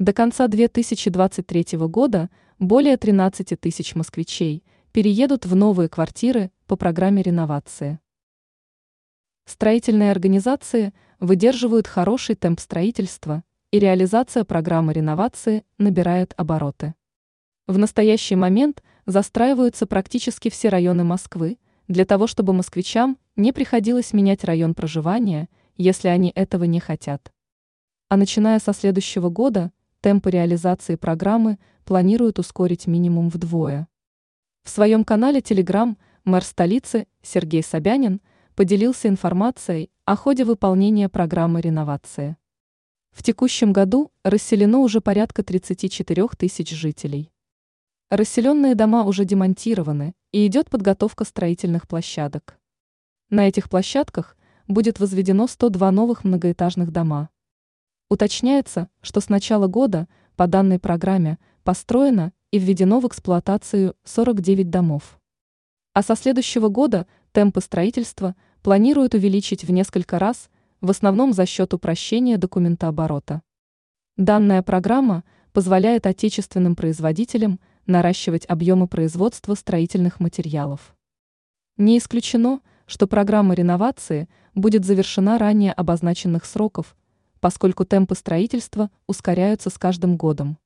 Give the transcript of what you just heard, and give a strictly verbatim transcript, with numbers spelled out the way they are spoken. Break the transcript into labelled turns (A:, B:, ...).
A: До конца две тысячи двадцать третьего года более тринадцати тысяч москвичей переедут в новые квартиры по программе реновации. Строительные организации выдерживают хороший темп строительства, и реализация программы реновации набирает обороты. В настоящий момент застраиваются практически все районы Москвы, для того, чтобы москвичам не приходилось менять район проживания, если они этого не хотят. А начиная со следующего года темпы реализации программы планируют ускорить минимум вдвое. В своем канале Telegram мэр столицы Сергей Собянин поделился информацией о ходе выполнения программы реновации. В текущем году расселено уже порядка тридцати четырёх тысяч жителей. Расселенные дома уже демонтированы, и идет подготовка строительных площадок. На этих площадках будет возведено сто два новых многоэтажных дома. Уточняется, что с начала года по данной программе построено и введено в эксплуатацию сорок девять домов. А со следующего года темпы строительства планируют увеличить в несколько раз, в основном за счет упрощения документооборота. Данная программа позволяет отечественным производителям наращивать объемы производства строительных материалов. Не исключено, что программа реновации будет завершена ранее обозначенных сроков, поскольку темпы строительства ускоряются с каждым годом.